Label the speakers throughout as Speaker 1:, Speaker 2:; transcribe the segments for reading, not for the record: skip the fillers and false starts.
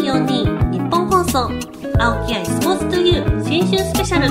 Speaker 1: FM944 日本放送青木愛スポーツトゥユー新春スペシャル。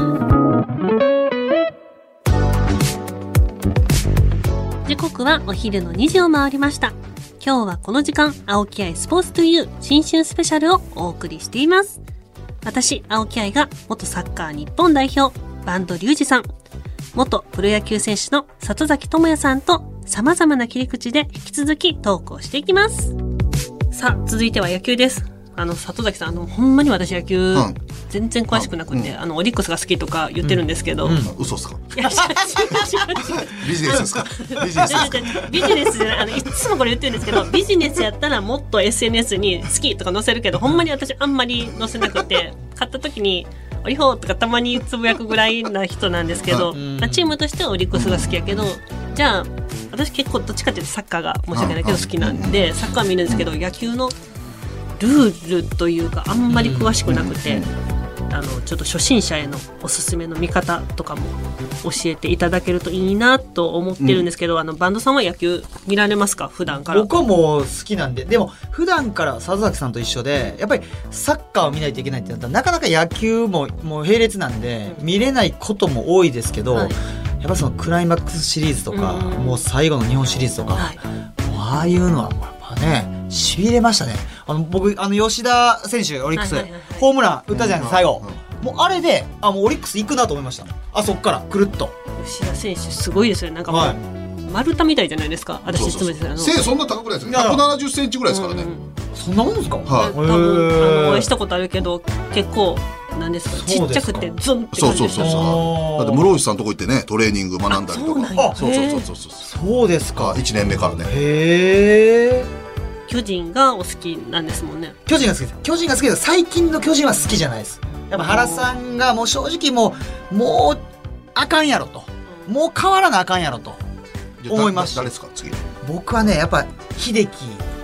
Speaker 1: 時刻はお昼の2時を回りました。今日はこの時間青木愛スポーツトゥユー新春スペシャルをお送りしています。私青木愛が元サッカー日本代表坂東龍二さん、元プロ野球選手の里崎智也さんと様々な切り口で引き続きトークをしていきます。さあ続いては野球です。里崎さんほんまに私野球全然詳しくなくて、オリックスが好きとか言ってるんですけど、
Speaker 2: 嘘っすか？
Speaker 1: いや
Speaker 2: ビジネスですか？ビジネスですか？
Speaker 1: ビジネスじゃない、いつもこれ言ってるんですけど、ビジネスやったらもっと SNS に好きとか載せるけど、ほんまに私あんまり載せなくて、買った時にオリホーとかたまにつぶやくぐらいな人なんですけど、チームとしてはオリックスが好きやけど、じゃあ私結構どっちかっていうとサッカーが申し訳ないけど好きなんでサッカー見るんですけど、野球のルールというかあんまり詳しくなくて、ちょっと初心者へのおすすめの見方とかも教えていただけるといいなと思ってるんですけど、バンドさんは野球見られますか？普段から。
Speaker 3: 僕はもう好きなんで。でも普段から里崎さんと一緒でやっぱりサッカーを見ないといけないってなったらなかなか野球もう並列なんで見れないことも多いですけど、やっぱそのクライマックスシリーズとか、もう最後の日本シリーズとか、もうああいうのはやっぱね痺れましたね。僕吉田選手オリックス、ホームラン打ったじゃないですか、最後。もうあれでもうオリックス行くなと思いました。そっからくるっと。
Speaker 1: 吉田選手すごいですよね。なんかもう、丸太みたいじゃないですか。私いつもです
Speaker 2: 背そんな高くないですよ。170センチぐらいですからね。
Speaker 3: そんなもんですか？
Speaker 1: 多分お会いしたことあるけど結構なんですか、ちっちゃくてズンって感じです。
Speaker 2: そうだって室伏さんのとこ行ってねトレーニング学んだりとか。
Speaker 3: そうですか。
Speaker 2: 1年目からね。
Speaker 3: へー。
Speaker 1: 巨人がお好きなんですもんね。
Speaker 3: 巨人が好きです。巨人が好きです。最近の巨人は好きじゃないです。やっぱ原さんがもう正直もうあかんやろと、もう変わらなあかんやろと思いました。
Speaker 2: 誰ですか次？
Speaker 3: 僕はねやっぱ秀樹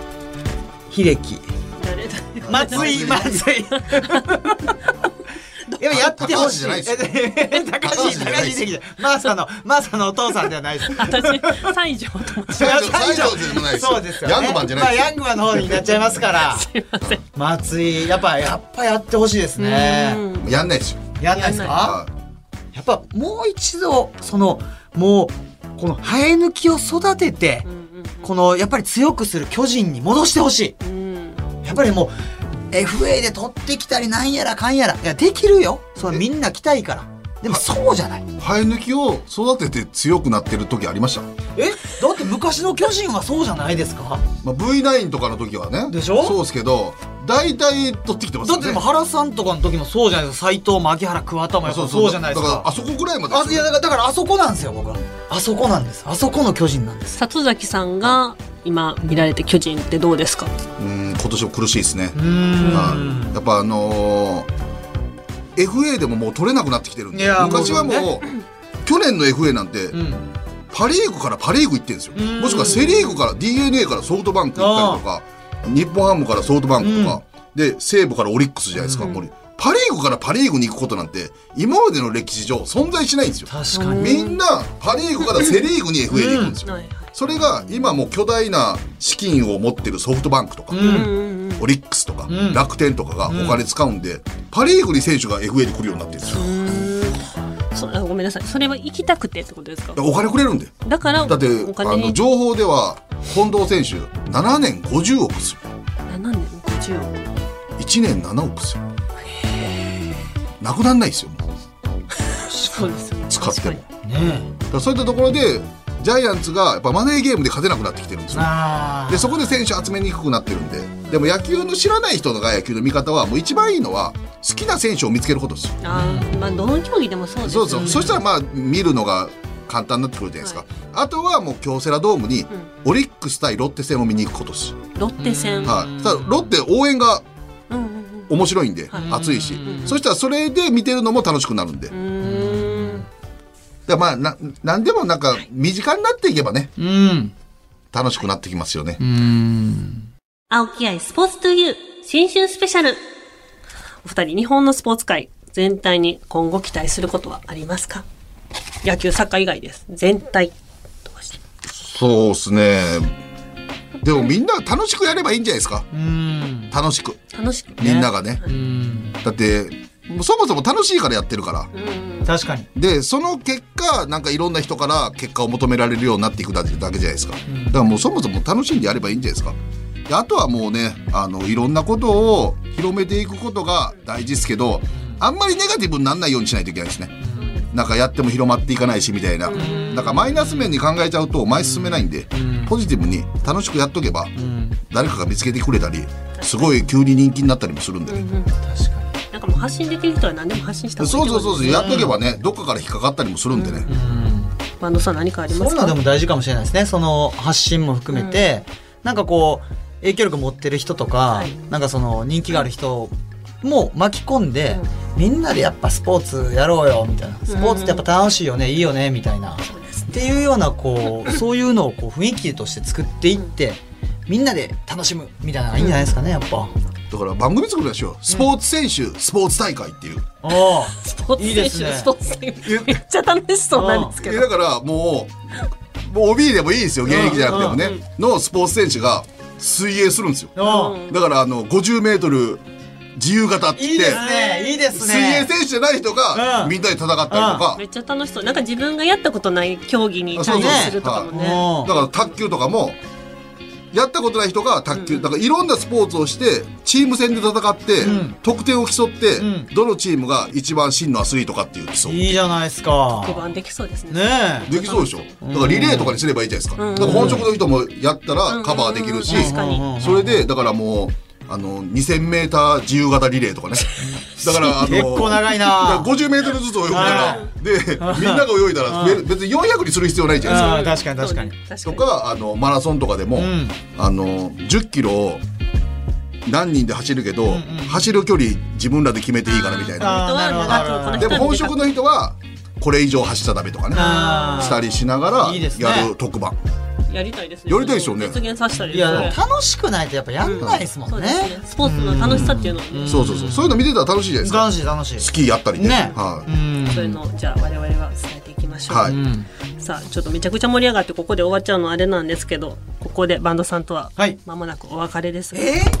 Speaker 3: 松井やってほしい。高橋秀樹マーサのお父さんではないです。
Speaker 1: 私西条と思って。
Speaker 2: 西条でもないですよ。
Speaker 3: そうですよね。
Speaker 2: ヤングマンじゃないです。
Speaker 3: ヤングマンの方になっちゃいますから。
Speaker 1: すいません。
Speaker 3: 松井やっぱやってほしいですね。
Speaker 2: やんないですよ。
Speaker 3: やんないですか？やっぱもう一度もうこの生え抜きを育てて、このやっぱり強くする巨人に戻してほしい。やっぱりもうFA で取ってきたりなんやらかんやら、いやできるよ。みんな来たいから。でもそうじゃない。
Speaker 2: 生え抜きを育てて強くなってる時ありました。
Speaker 3: だって昔の巨人はそうじゃないですか。
Speaker 2: V9 とかの時はね。
Speaker 3: でしょ？
Speaker 2: そうですけど大体取ってきてますよね。
Speaker 3: だって原さんとかの時もそうじゃないですか。斉藤も秋原桑田もそうじゃないですか。
Speaker 2: だからあそこぐらいまでですよ。
Speaker 3: いやだからあそこなんですよ。僕はあそこなんです。あそこの巨人なんです。
Speaker 1: 里崎さんが今見られて巨人ってどうですか？
Speaker 2: 今年も苦しいですね。やっぱFA でももう取れなくなってきてるんで、昔はもう去年の FA なんてパ・リーグからパ・リーグ行ってるんですよ。もしくはセ・リーグから DNA からソフトバンク行ったりとか、日本ハムからソフトバンクとかで西武からオリックスじゃないですか。パ・リーグからパ・リーグに行くことなんて今までの歴史上存在しないんですよ。
Speaker 3: 確かに
Speaker 2: みんなパ・リーグからセ・リーグに FA に行くんですよ。それが今もう巨大な資金を持ってるソフトバンクとか、オリックスとか、楽天とかがお金使うんで、パ・リーグに選手が FA に来るようになってるんですよ。
Speaker 1: ごめんなさい、それは行きたくてってことですか？
Speaker 2: お金くれるんで。
Speaker 1: だから
Speaker 2: だって情報では近藤選手7年50億ですよ。
Speaker 1: 7年50億
Speaker 2: 1年7億ですよ。なくなんないですよ。
Speaker 1: そうですよね。
Speaker 2: 使ってもね。だからそういったところでジャイアンツがやっぱマネーゲームで勝てなくなってきてるんですよ。でそこで選手集めにくくなってるんで。でも野球の知らない人が野球の見方はもう一番いいのは好きな選手を見つけることですよ。
Speaker 1: どの競技でもそうですよね。
Speaker 2: そしたら見るのが簡単になってくるじゃないですか。あとはもう京セラドームにオリックス対ロッテ戦を見に行くことです。
Speaker 1: ロッテ戦。
Speaker 2: ただロッテ応援が面白いんで、熱いし、そしたらそれで見てるのも楽しくなるんで。だから何でもなんか身近になっていけばね、楽しくなってきますよね。
Speaker 1: 青木愛スポーツトゥユー新春スペシャル。お二人、日本のスポーツ界全体に今後期待することはありますか？野球サッカー以外です。全体として。
Speaker 2: そうですね。 でもみんな楽しくやればいいんじゃないですか。楽しくみんながね。だってそもそも楽しいからやってるから。
Speaker 3: 確かに。
Speaker 2: でその結果なんかいろんな人から結果を求められるようになっていくだけじゃないですか。だからもうそもそも楽しんでやればいいんじゃないですか。であとはもうねいろんなことを広めていくことが大事ですけど、あんまりネガティブにならないようにしないといけないですね。なんかやっても広まっていかないしみたいな、なんかマイナス面に考えちゃうと前進めないんで、ポジティブに楽しくやっとけば、誰かが見つけてくれたりすごい急に人気になったりもするんで、ね。
Speaker 1: 確かに。なんかもう発信できる人は何でも発信した方がいい。
Speaker 2: そうやっとけばね、どっかから引っかかったりもするんでね。
Speaker 1: バンドさん何かありますか？
Speaker 3: そういうのでも大事かもしれないですね。その発信も含めて、なんかこう影響力持ってる人とか、なんかその人気がある人も巻き込んで、みんなでやっぱスポーツやろうよみたいな、スポーツってやっぱ楽しいよね、いいよねみたいな、っていうようなこうそういうのをこう雰囲気として作っていって、みんなで楽しむみたいなのがいいんじゃないですかね、やっぱ。
Speaker 2: だから番組作りましょう。スポーツ選手、スポーツ大会っていう。
Speaker 1: スポーツ選手、スポーツ大会めっちゃ楽しそうなんですけど。
Speaker 2: だからもう OB でもいいですよ、現役じゃなくてもね、のスポーツ選手が水泳するんですよ。だから50メートル自由形って
Speaker 3: いいですね、いいですね。
Speaker 2: 水泳選手じゃない人がみんなで戦ったりとか、
Speaker 1: めっちゃ楽しそう。なんか自分がやったことない競技にチャレンジするとかもね。
Speaker 2: だから卓球とかもやったことない人が卓球、だからいろんなスポーツをしてチーム戦で戦って、得点を競って、どのチームが一番真のアスリートかっていう競う。
Speaker 3: いいじゃないですか。
Speaker 1: 特番できそうですね。
Speaker 2: できそうでしょ。だからリレーとかにすればいいじゃないですか。だから本職の人もやったらカバーできるし、それでだからもう2000メーター自由形リレーとかね。だから
Speaker 3: 結構長いな。
Speaker 2: 50メートルずつ泳ぐからでみんなが泳いだら別に400にする必要ないじゃないですか。
Speaker 3: 確かに
Speaker 2: とかマラソンとかでも10キロを何人で走るけど、走る距離自分らで決めていいからみたいな。でも本職の人はこれ以上走っちゃダメとかねしたりしながらやる特番。
Speaker 1: やりたいですね。
Speaker 2: やりたいですよね。
Speaker 1: 実現させたり。
Speaker 3: いや楽しくないとやっぱやんないですもんね。
Speaker 1: スポーツの楽しさっていうのはね。
Speaker 2: そういうの見てたら楽しいじゃないですか。
Speaker 3: 楽しい。
Speaker 2: スキーやったりね。
Speaker 1: そういうのをじゃあ我々は伝えていきましょう。さあちょっとめちゃくちゃ盛り上がってここで終わっちゃうのはあれなんですけど、ここでバンドさんとは間もなくお別れです。
Speaker 2: やめて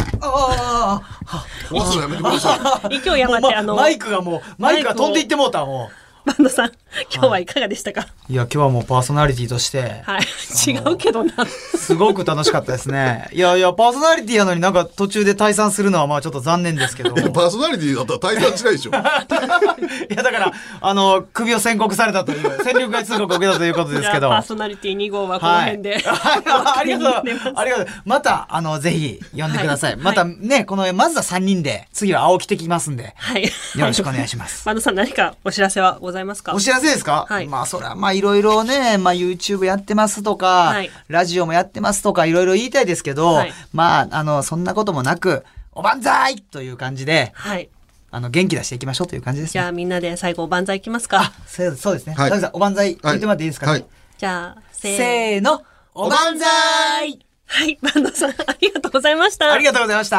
Speaker 2: くださ
Speaker 1: い。勢い余って
Speaker 3: マイクが飛んでいってもうたもう。
Speaker 1: バンドさん、今日はいかがでしたか？
Speaker 3: いや、今日はもうパーソナリティとして。
Speaker 1: はい。違うけどな。
Speaker 3: すごく楽しかったですね。いや、パーソナリティやのになんか途中で退散するのはまあちょっと残念ですけど。
Speaker 2: パーソナリティだったら退散しないでしょ。い
Speaker 3: や、だから、首を宣告されたという、戦力外通告を受けたということですけど。
Speaker 1: パーソナリティ2号はこの辺で。
Speaker 3: ありがとう。また、ぜひ呼んでください。またね、まずは3人で、次は青木できますんで。はい。よろしくお願いします。
Speaker 1: バンドさん何かお知らせはございますか？
Speaker 3: お知らせですか？はい。まあそれはいろいろね、YouTube やってますとか、ラジオもやってますとかいろいろ言いたいですけど、まあそんなこともなくおばんざいという感じで、元気出していきましょうという感じですね。
Speaker 1: じゃあみんなで最後おばんざいいきますか？
Speaker 3: そうですね。さんおばんざい言ってもらっていいですか？はい。
Speaker 1: じゃあ
Speaker 3: せーの、おばんざい。
Speaker 1: はい、バンドさんありがとうございました。
Speaker 3: ありがとうございました。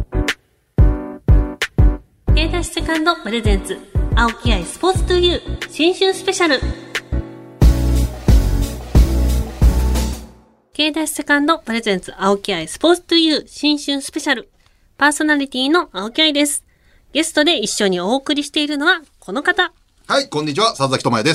Speaker 1: K-セカンドプレゼンツ青木愛スポーツトゥユー新春スペシャル。 K-セカンドプレゼンツ青木愛スポーツトゥユー新春スペシャル。パーソナリティの青木愛です。ゲストで一緒にお送りしているのはこの方。
Speaker 2: はい、こんにちは、佐々木智也です。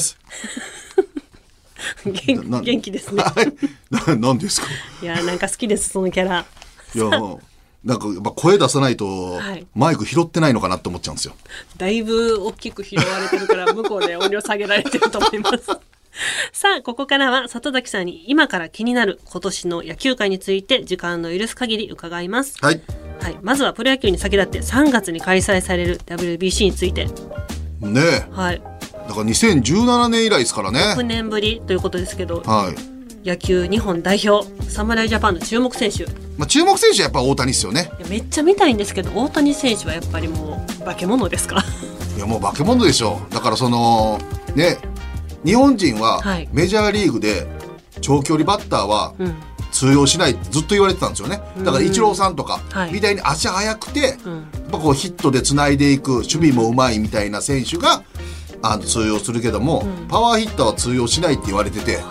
Speaker 1: 元気ですね。
Speaker 2: 何ですか？
Speaker 1: いや、なんか好きです、そのキャラ。
Speaker 2: いや、なんかやっぱ声出さないとマイク拾ってないのかなって思っちゃうんですよ。
Speaker 1: だいぶ大きく拾われてるから向こうで音量下げられてると思います。さあ、ここからは里崎さんに今から気になる今年の野球界について時間の許す限り伺います。はい。はい。まずはプロ野球に先立って3月に開催される WBC について。
Speaker 2: ねえ。はい。だから2017年以来ですからね。
Speaker 1: 6年ぶりということですけど。
Speaker 2: はい。
Speaker 1: 野球日本代表侍ジャパンの注目選手、
Speaker 2: 注目選手はやっぱ大谷ですよね。
Speaker 1: いやめっちゃ見たいんですけど、大谷選手はやっぱりもう化け物ですか？
Speaker 2: いやもう化け物でしょ。だからそのね、日本人はメジャーリーグで長距離バッターは通用しないってずっと言われてたんですよね。だからイチローさんとかみたいに足速くて、やっぱこうヒットでつないでいく、守備もうまいみたいな選手が通用するけども、パワーヒッターは通用しないって言われてて、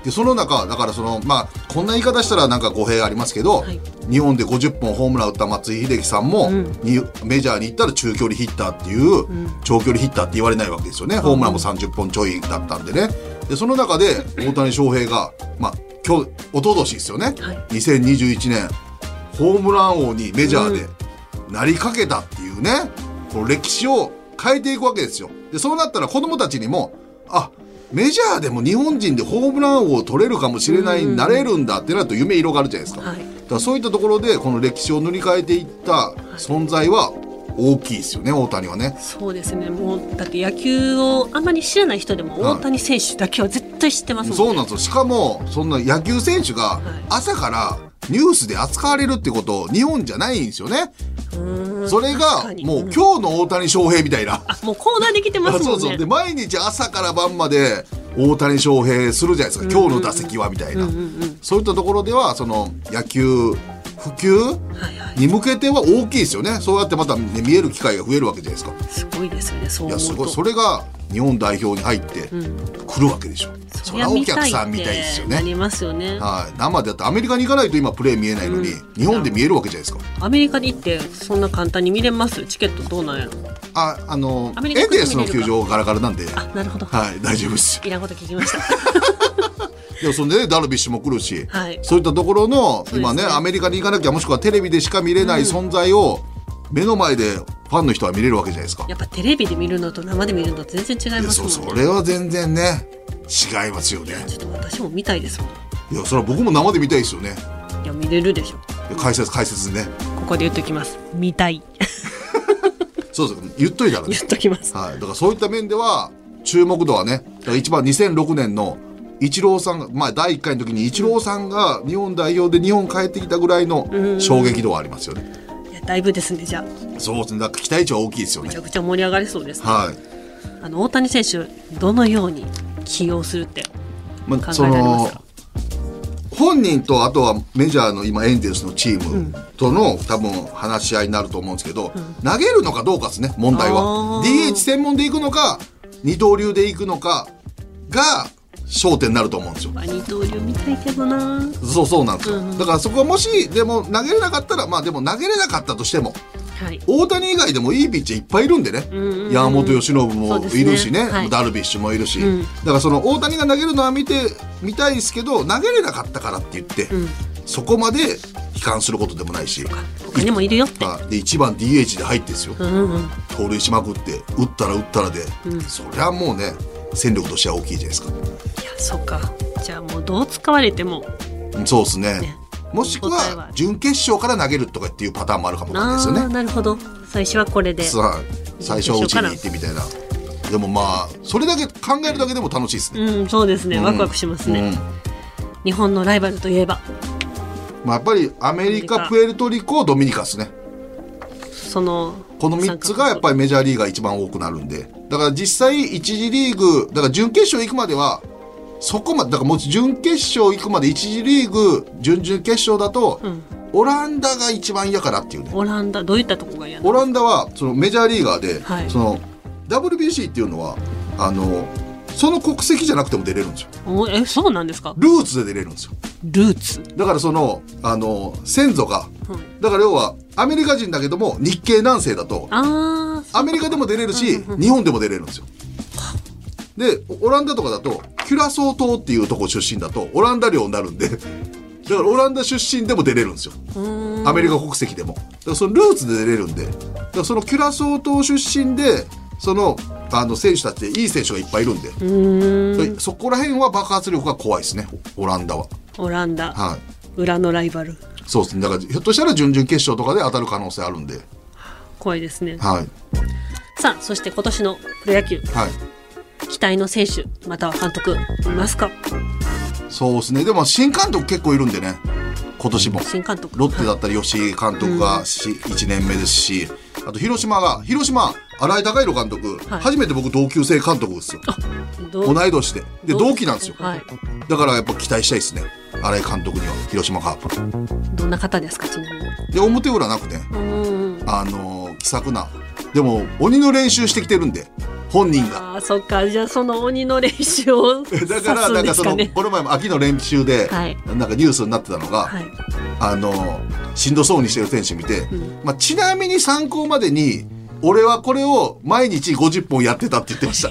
Speaker 2: でその中だからまあこんな言い方したらなんか語弊がありますけど、はい、日本で50本ホームラン打った松井秀喜さんも、メジャーに行ったら中距離ヒッターっていう、長距離ヒッターって言われないわけですよね。ホームランも30本ちょいだったんでね。でその中で大谷翔平がまあ一昨年ですよね、はい、2021年ホームラン王にメジャーでなりかけたっていうね、この歴史を変えていくわけですよ。でそうなったら子供たちにもメジャーでも日本人でホームラン王を取れるかもしれない、なれるんだってなると夢広がるじゃないですか、はい、だからそういったところでこの歴史を塗り替えていった存在は大きいですよね、大谷はね。
Speaker 1: そうですね。もうだって野球をあんまり知らない人でも大谷選手だけは絶対知ってますもんね。
Speaker 2: そうなんですよ。しかもそんな野球選手が朝からニュースで扱われるってこと日本じゃないんですよね。それがもう今日の大谷翔平みたいな、
Speaker 1: もうコーナーできてますもんね。
Speaker 2: そうそう。で毎日朝から晩まで大谷翔平するじゃないですか、今日の打席はみたいな、そういったところではその野球普及に向けては大きいですよね。そうやってまた、ね、見える機会が増えるわけじゃないですか。
Speaker 1: すごいですよね。そう思うと。いやすごい。
Speaker 2: それが日本代表に入ってくるわけでしょ。そりゃお客さんみたいですよね。
Speaker 1: なりますよね。
Speaker 2: はい。生でだってアメリカに行かないと今プレー見えないのに、日本で見えるわけじゃないですか。
Speaker 1: アメリカに行ってそんな簡単に見れます？チケットどうなんやろ。
Speaker 2: エンゼルスの球場ガラガラなんで。
Speaker 1: なるほど。
Speaker 2: はい、大丈夫です。
Speaker 1: いらんこと聞きました。
Speaker 2: いやそんでね、ダルビッシュも来るし、はい、そういったところの今ねアメリカに行かなきゃもしくはテレビでしか見れない存在を目の前でファンの人は見れるわけじゃないですか。
Speaker 1: やっぱテレビで見るのと生で見るのと全然違いますもんね。
Speaker 2: それは全然ね違いますよね。
Speaker 1: ちょっと私も見たいですもん。
Speaker 2: いやそれは僕も生で見たいですよね。
Speaker 1: いや見れるでしょ。
Speaker 2: 解説ね。
Speaker 1: ここで言っときます。見たい。
Speaker 2: そうそう言っといたらね。
Speaker 1: 言っときます。
Speaker 2: はい。だからそういった面では注目度はね。だから一番2006年のイチローさんが、まあ、第1回の時にイチローさんが日本代表で日本帰ってきたぐらいの衝撃度はありますよね。
Speaker 1: いやだいぶですね。じゃあ
Speaker 2: そうですね。だから期待値は大きいですよね。
Speaker 1: めちゃくちゃ盛り上がりそうですね。
Speaker 2: はい。
Speaker 1: 大谷選手どのように起用するって考えられますか？
Speaker 2: 本人とあとはメジャーの今エンゼルスのチームとの、多分話し合いになると思うんですけど、投げるのかどうかですね、問題は。DH 専門でいくのか二刀流でいくのかが焦点になると思うんですよ。
Speaker 1: 二刀流みたいけどな。
Speaker 2: そうなんですよ、だからそこはもしでも投げれなかったらでも投げれなかったとしても、はい、大谷以外でもいいピッチャーいっぱいいるんでね、山本由伸もいるしね、はい、ダルビッシュもいるし、だからその大谷が投げるのは見たいですけど投げれなかったからって言って、そこまで悲観することでもないし、
Speaker 1: 他にもいるよって
Speaker 2: で1番 DH で入ってですよ、盗塁しまくって打ったらで、そりゃもうね戦力としては大きいじゃないですか。いや
Speaker 1: そうか。じゃあもうどう使われても
Speaker 2: そうですね。もしくは準決勝から投げるとかっていうパターンもあるかもしれないですよね。
Speaker 1: なるほど。最初はこれで
Speaker 2: 最初は打ちに行ってみたいな。でもそれだけ考えるだけでも楽しいですね。
Speaker 1: そうですね。ワクワクしますね。日本のライバルといえば
Speaker 2: やっぱりアメリカ、プエルトリコ、ドミニカですね。
Speaker 1: この
Speaker 2: 3つがやっぱりメジャーリーガー一番多くなるんで、だから実際1次リーグだから準決勝行くまではそこまでだからもう準決勝行くまで1次リーグ準々決勝だと、オランダが一番嫌かなっていうね。
Speaker 1: オランダどういったとこが嫌なの？
Speaker 2: オランダはそのメジャーリーガーで、
Speaker 1: はい、
Speaker 2: その WBC っていうのはその国籍じゃなくても出れるんですよ。
Speaker 1: そうなんですか？
Speaker 2: ルーツで出れるんですよ。
Speaker 1: ルーツ
Speaker 2: だからその先祖が、だから要はアメリカ人だけども日系南西だとアメリカでも出れるし、日本でも出れるんですよ。でオランダとかだとキュラソー島っていうとこ出身だとオランダ領になるんでだからオランダ出身でも出れるんですよ。アメリカ国籍でも。だからそのルーツで出れるんで、だからそのキュラソー島出身でその選手たちでいい選手がいっぱいいるんで、そこら辺は爆発力が怖いですね。オランダは。
Speaker 1: オランダ、
Speaker 2: はい、
Speaker 1: 裏のライバル。
Speaker 2: そうですね。だからひょっとしたら準々決勝とかで当たる可能性あるんで
Speaker 1: 怖いですね。
Speaker 2: はい。
Speaker 1: さあそして今年のプロ野球、はい、期待の選手または監督いますか？
Speaker 2: そうですね。でも新監督結構いるんでね、今年も。
Speaker 1: 新監督。
Speaker 2: ロッテだったら吉井監督が1年目ですし、あと広島新井貴弘監督、はい、初めて僕同級生監督ですよ。同い年で同期なんですよ、はい、だからやっぱ期待したいですね、新井監督には。広島カープ
Speaker 1: どんな方ですか？ちなみに。
Speaker 2: で表裏なくて気さくな、でも鬼の練習してきてるんで本人が。
Speaker 1: ああ、そっか。じゃあその鬼の練習を
Speaker 2: だからなんかそのこの前も秋の練習で、はい、なんかニュースになってたのが、はい、しんどそうにしてる選手見て、まあ、ちなみに参考までに俺はこれを毎日50本やってたって言ってました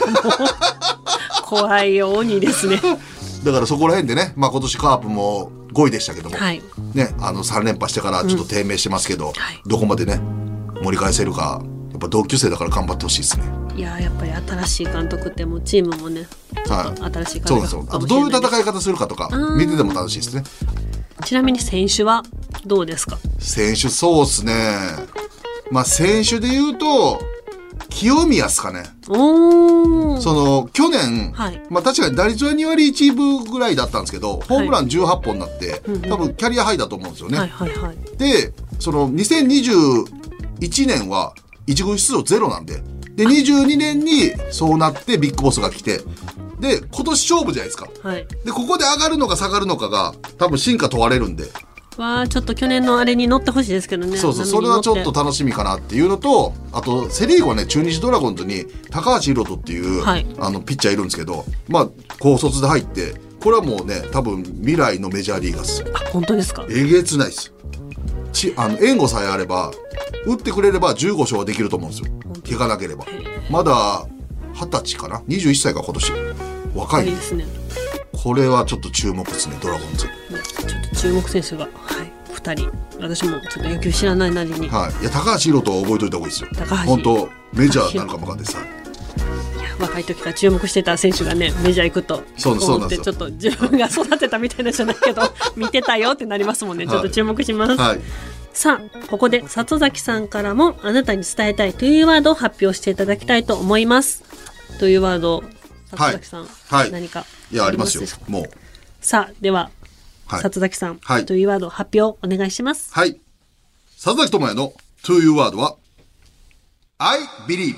Speaker 1: 怖いよ、鬼ですね。
Speaker 2: だからそこら辺でね、まあ、今年カープも5位でしたけども、はい、ね、3連覇してからちょっと低迷してますけど、はい、どこまでね盛り返せるか、やっぱ同級生だから頑張ってほしいですね。
Speaker 1: いや、やっぱり新しい監督ってもうチームもね、はい、新しい監督
Speaker 2: そうなんですよ。あとどういう戦い方するかとか見てても楽しいですね。
Speaker 1: ちなみに選手はどうですか？
Speaker 2: 選手、そうですね、まあ選手で言うと清宮ですかね。その去年、はい、まあ確かに打率は2割1分ぐらいだったんですけど、ホームラン18本になって、はい、多分キャリアハイだと思うんですよね。はいはいはい、でその2021年は一軍出場ゼロなんで、22年にそうなってビッグボスが来て、で今年勝負じゃないですか、はい、でここで上がるのか下がるのかが多分進化問われるんで、
Speaker 1: わあ、ちょっと去年のあれに乗ってほしいですけどね。
Speaker 2: そうそう、それはちょっと楽しみかなっていうのと、あとセリーグはね、中日ドラゴンズに高橋宏斗っていう、はい、ピッチャーいるんですけど、まあ高卒で入って、これはもうね、多分未来のメジャーリーガーです。
Speaker 1: あ、本当ですか？
Speaker 2: えげつないです。援護さえあれば、打ってくれれば15勝はできると思うんですよ。怪我なければ。まだ20歳かな、21歳か今年。若いですね。これはちょっと注目ですね、ドラゴンズ。ちょ
Speaker 1: っと注目選手が、はい、2人。私もちょっと野球知らないなりに。
Speaker 2: はい。いや、高橋宏斗は覚えておいた方がいいですよ。本当メジャーなのかもかんです。
Speaker 1: 若い時から注目してた選手がね、メジャー行くと思って、ちょっと自分が育てたみたいなじゃないけど見てたよってなりますもんね。ちょっと注目します、はい、さあここで里崎さんからもあなたに伝えたいというワードを発表していただきたいと思います。というワード、里崎さん、はい、何かありますでしょうか？もうさあでは、はい、里崎さん、はい、というワード発表お願いします。
Speaker 2: はい、里崎智也のというワードは I believe。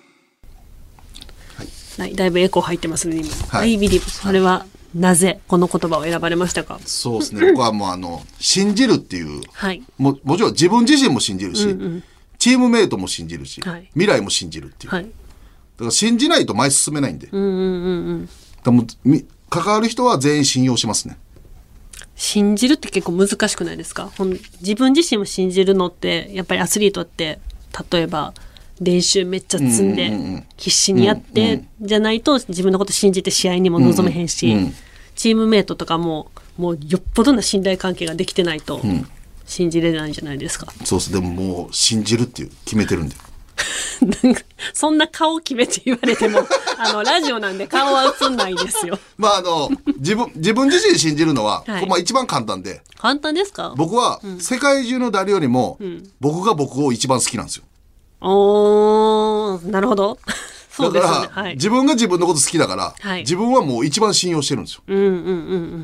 Speaker 1: はい、だいぶエコー入ってますね今、はい、I believe。 それはなぜこの言葉を選ばれましたか？
Speaker 2: そうですね、僕はもう信じるっていう、はい、もちろん自分自身も信じるし、うんうん、チームメイトも信じるし、はい、未来も信じるっていう、はい、だから信じないと前進めないんで、うんうんうんうん、だも関わる人は全員信用しますね。
Speaker 1: 信じるって結構難しくないですか？自分自身も信じるのってやっぱりアスリートって例えば練習めっちゃ積んで必死にやってじゃないと自分のこと信じて試合にも臨めへんし、チームメイトとかももうよっぽどな信頼関係ができてないと信じれないんじゃないですか？
Speaker 2: そうです。でももう信じるっていう決めてるんで
Speaker 1: なんかそんな顔決めて言われてもラジオなんで顔は映んないですよ。
Speaker 2: まあ自分自身信じるのは、はい、まあ一番簡単で。
Speaker 1: 簡単ですか？
Speaker 2: 僕は世界中の誰よりも僕が僕を一番好きなんですよ。
Speaker 1: おー、なるほど。
Speaker 2: そうですね。だから、はい、自分が自分のこと好きだから、はい、自分はもう一番信用してるんですよ。うんうんうんうん。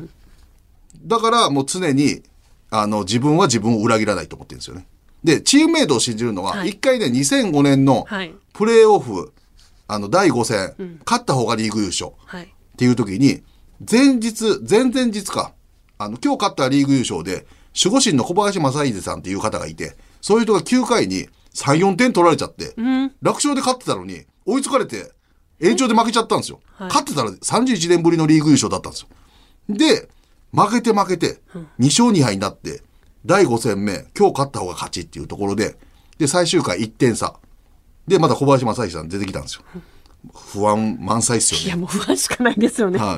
Speaker 2: だからもう常に自分は自分を裏切らないと思ってるんですよね。でチームメイトを信じるのは、はい、1回ね2005年のプレーオフ、第5戦、うん、勝った方がリーグ優勝、はい、っていう時に前々日か今日勝ったリーグ優勝で守護神の小林正秀さんっていう方がいて、そういう人が9回に3、4点取られちゃって、うん、楽勝で勝ってたのに追いつかれて延長で負けちゃったんですよ、はい、勝ってたら31年ぶりのリーグ優勝だったんですよ。で負けて、2勝2敗になって第5戦目今日勝った方が勝ちっていうところで最終回1点差でまた小林正秀さん出てきたんですよ。不安満載っすよね。
Speaker 1: いやもう不安しかないですよね、
Speaker 2: はい、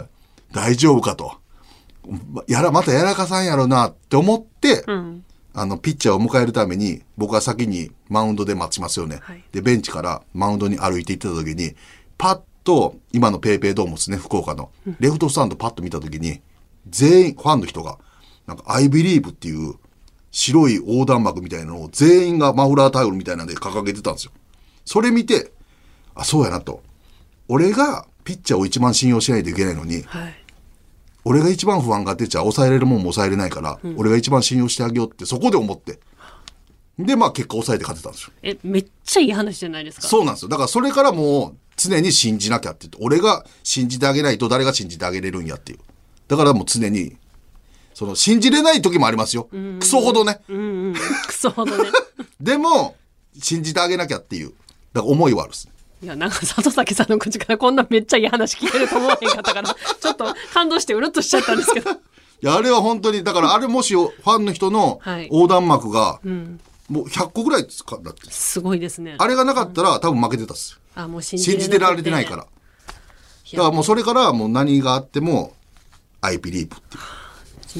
Speaker 2: 大丈夫かとまたやらかさんやろなって思って、うん、ピッチャーを迎えるために僕は先にマウンドで待ちますよね、はい、でベンチからマウンドに歩いていってた時にパッと今のペイペイドームですね、福岡のレフトスタンドパッと見た時に全員ファンの人がなんか I believe っていう白い横断幕みたいなのを全員がマフラータオルみたいなんで掲げてたんですよ。それ見てそうやなと、俺がピッチャーを一番信用しないといけないのに、はい、俺が一番不安が出ちゃ抑えれるもんも抑えれないから、うん、俺が一番信用してあげようってそこで思ってで結果抑えて勝てたんですよ。
Speaker 1: めっちゃいい話じゃないですか。
Speaker 2: そうなんですよ。だからそれからもう常に信じなきゃって言って、俺が信じてあげないと誰が信じてあげれるんやっていう。だからもう常に信じれない時もありますよ。クソほどね。
Speaker 1: クソほどね。
Speaker 2: でも信じてあげなきゃっていうだから思いはあるです。
Speaker 1: いや、なんか里崎さんの口からこんなめっちゃいい話聞けると思わへんかったから、ちょっと感動してうるっとしちゃったんですけど。
Speaker 2: いや、あれは本当に、だからあれもしファンの人の横断幕が、もう100個ぐらい使ったって。
Speaker 1: すごいですね。
Speaker 2: あれがなかったら多分負けてたっす。
Speaker 1: あ、もう信
Speaker 2: じてられてないから。だからもうそれからもう何があっても、I believe っていう。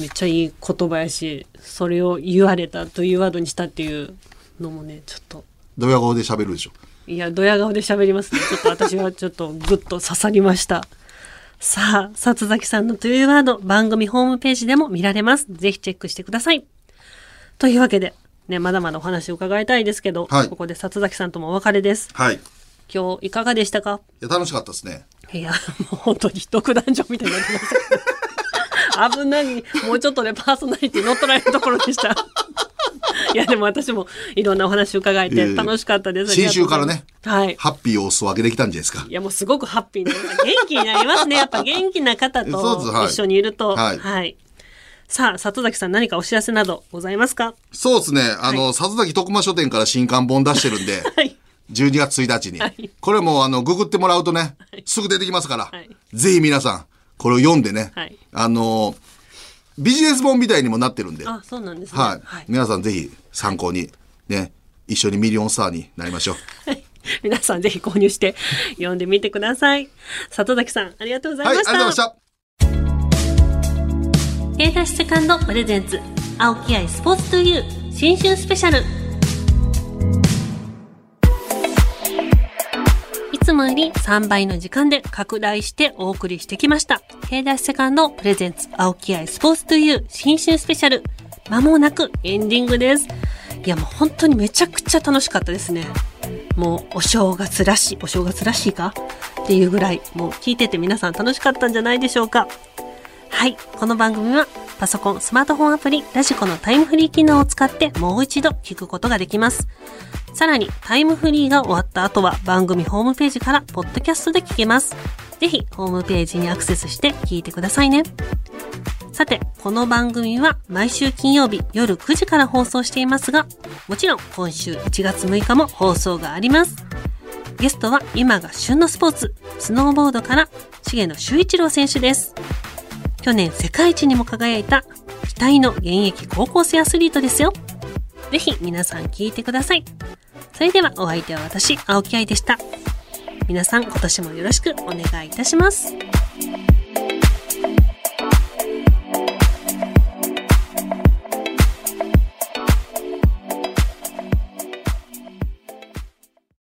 Speaker 1: めっちゃいい言葉やし、それを言われたというワードにしたっていうのもね、ちょっと。
Speaker 2: ドヤ顔で喋るでしょ。
Speaker 1: いや、ドヤ顔で喋りますね。ちょっと私はちょっとグッと刺さりました。さあ、里崎さんのというワード、番組ホームページでも見られます。ぜひチェックしてください。というわけで、ね、まだまだお話を伺いたいですけど、はい、ここで里崎さんともお別れです。
Speaker 2: はい。
Speaker 1: 今日いかがでしたか？
Speaker 2: いや、楽しかったですね。
Speaker 1: いや、もう本当に独壇場みたいになってましたけど。危ない、もうちょっとでパーソナリティ乗っ取られるところでした。いや、でも私もいろんなお話を伺えて楽しかったです。
Speaker 2: 新週からね、
Speaker 1: はい、
Speaker 2: ハッピーをお裾分けできたんじゃないですか。
Speaker 1: いや、もうすごくハッピーになります。元気になりますね。やっぱ元気な方と一緒にいると。はい。はい。さあ、里崎さん何かお知らせなどございますか？
Speaker 2: そうですね。里崎徳間書店から新刊本出してるんで、はい、12月1日に。はい、これもググってもらうとね、はい、すぐ出てきますから、はい、ぜひ皆さん、これを読んでね、はい、ビジネス本みたいにもなってるんで。
Speaker 1: あ、そうなんですね。
Speaker 2: はい。はい、皆さんぜひ参考にね、一緒にミリオンスターになりましょう。はい。
Speaker 1: 皆さんぜひ購入して読んでみてください。里崎さん、ありがとうございました。
Speaker 2: はい、ありがとうございました。
Speaker 1: Kダッシュセカンドプレゼンツ青木愛スポーツトゥユー新春スペシャル。いつもより3倍の時間で拡大してお送りしてきました Kダッシュセカンドプレゼンツ青木愛スポーツトゥユー新春スペシャル。間もなくエンディングです。いや、もう本当にめちゃくちゃ楽しかったですね。もうお正月らしいかっていうぐらい、もう聞いてて皆さん楽しかったんじゃないでしょうか。はい、この番組はパソコン、スマートフォンアプリ、ラジコのタイムフリー機能を使ってもう一度聞くことができます。さらにタイムフリーが終わった後は番組ホームページからポッドキャストで聞けます。ぜひホームページにアクセスして聞いてくださいね。さて、この番組は毎週金曜日夜9時から放送していますが、もちろん今週1月6日も放送があります。ゲストは今が旬のスポーツ、スノーボードから重野修一郎選手です。去年世界一にも輝いた期待の現役高校生アスリートですよ。ぜひ皆さん聞いてください。それではお相手は私、青木愛でした。皆さん今年もよろしくお願いいたします。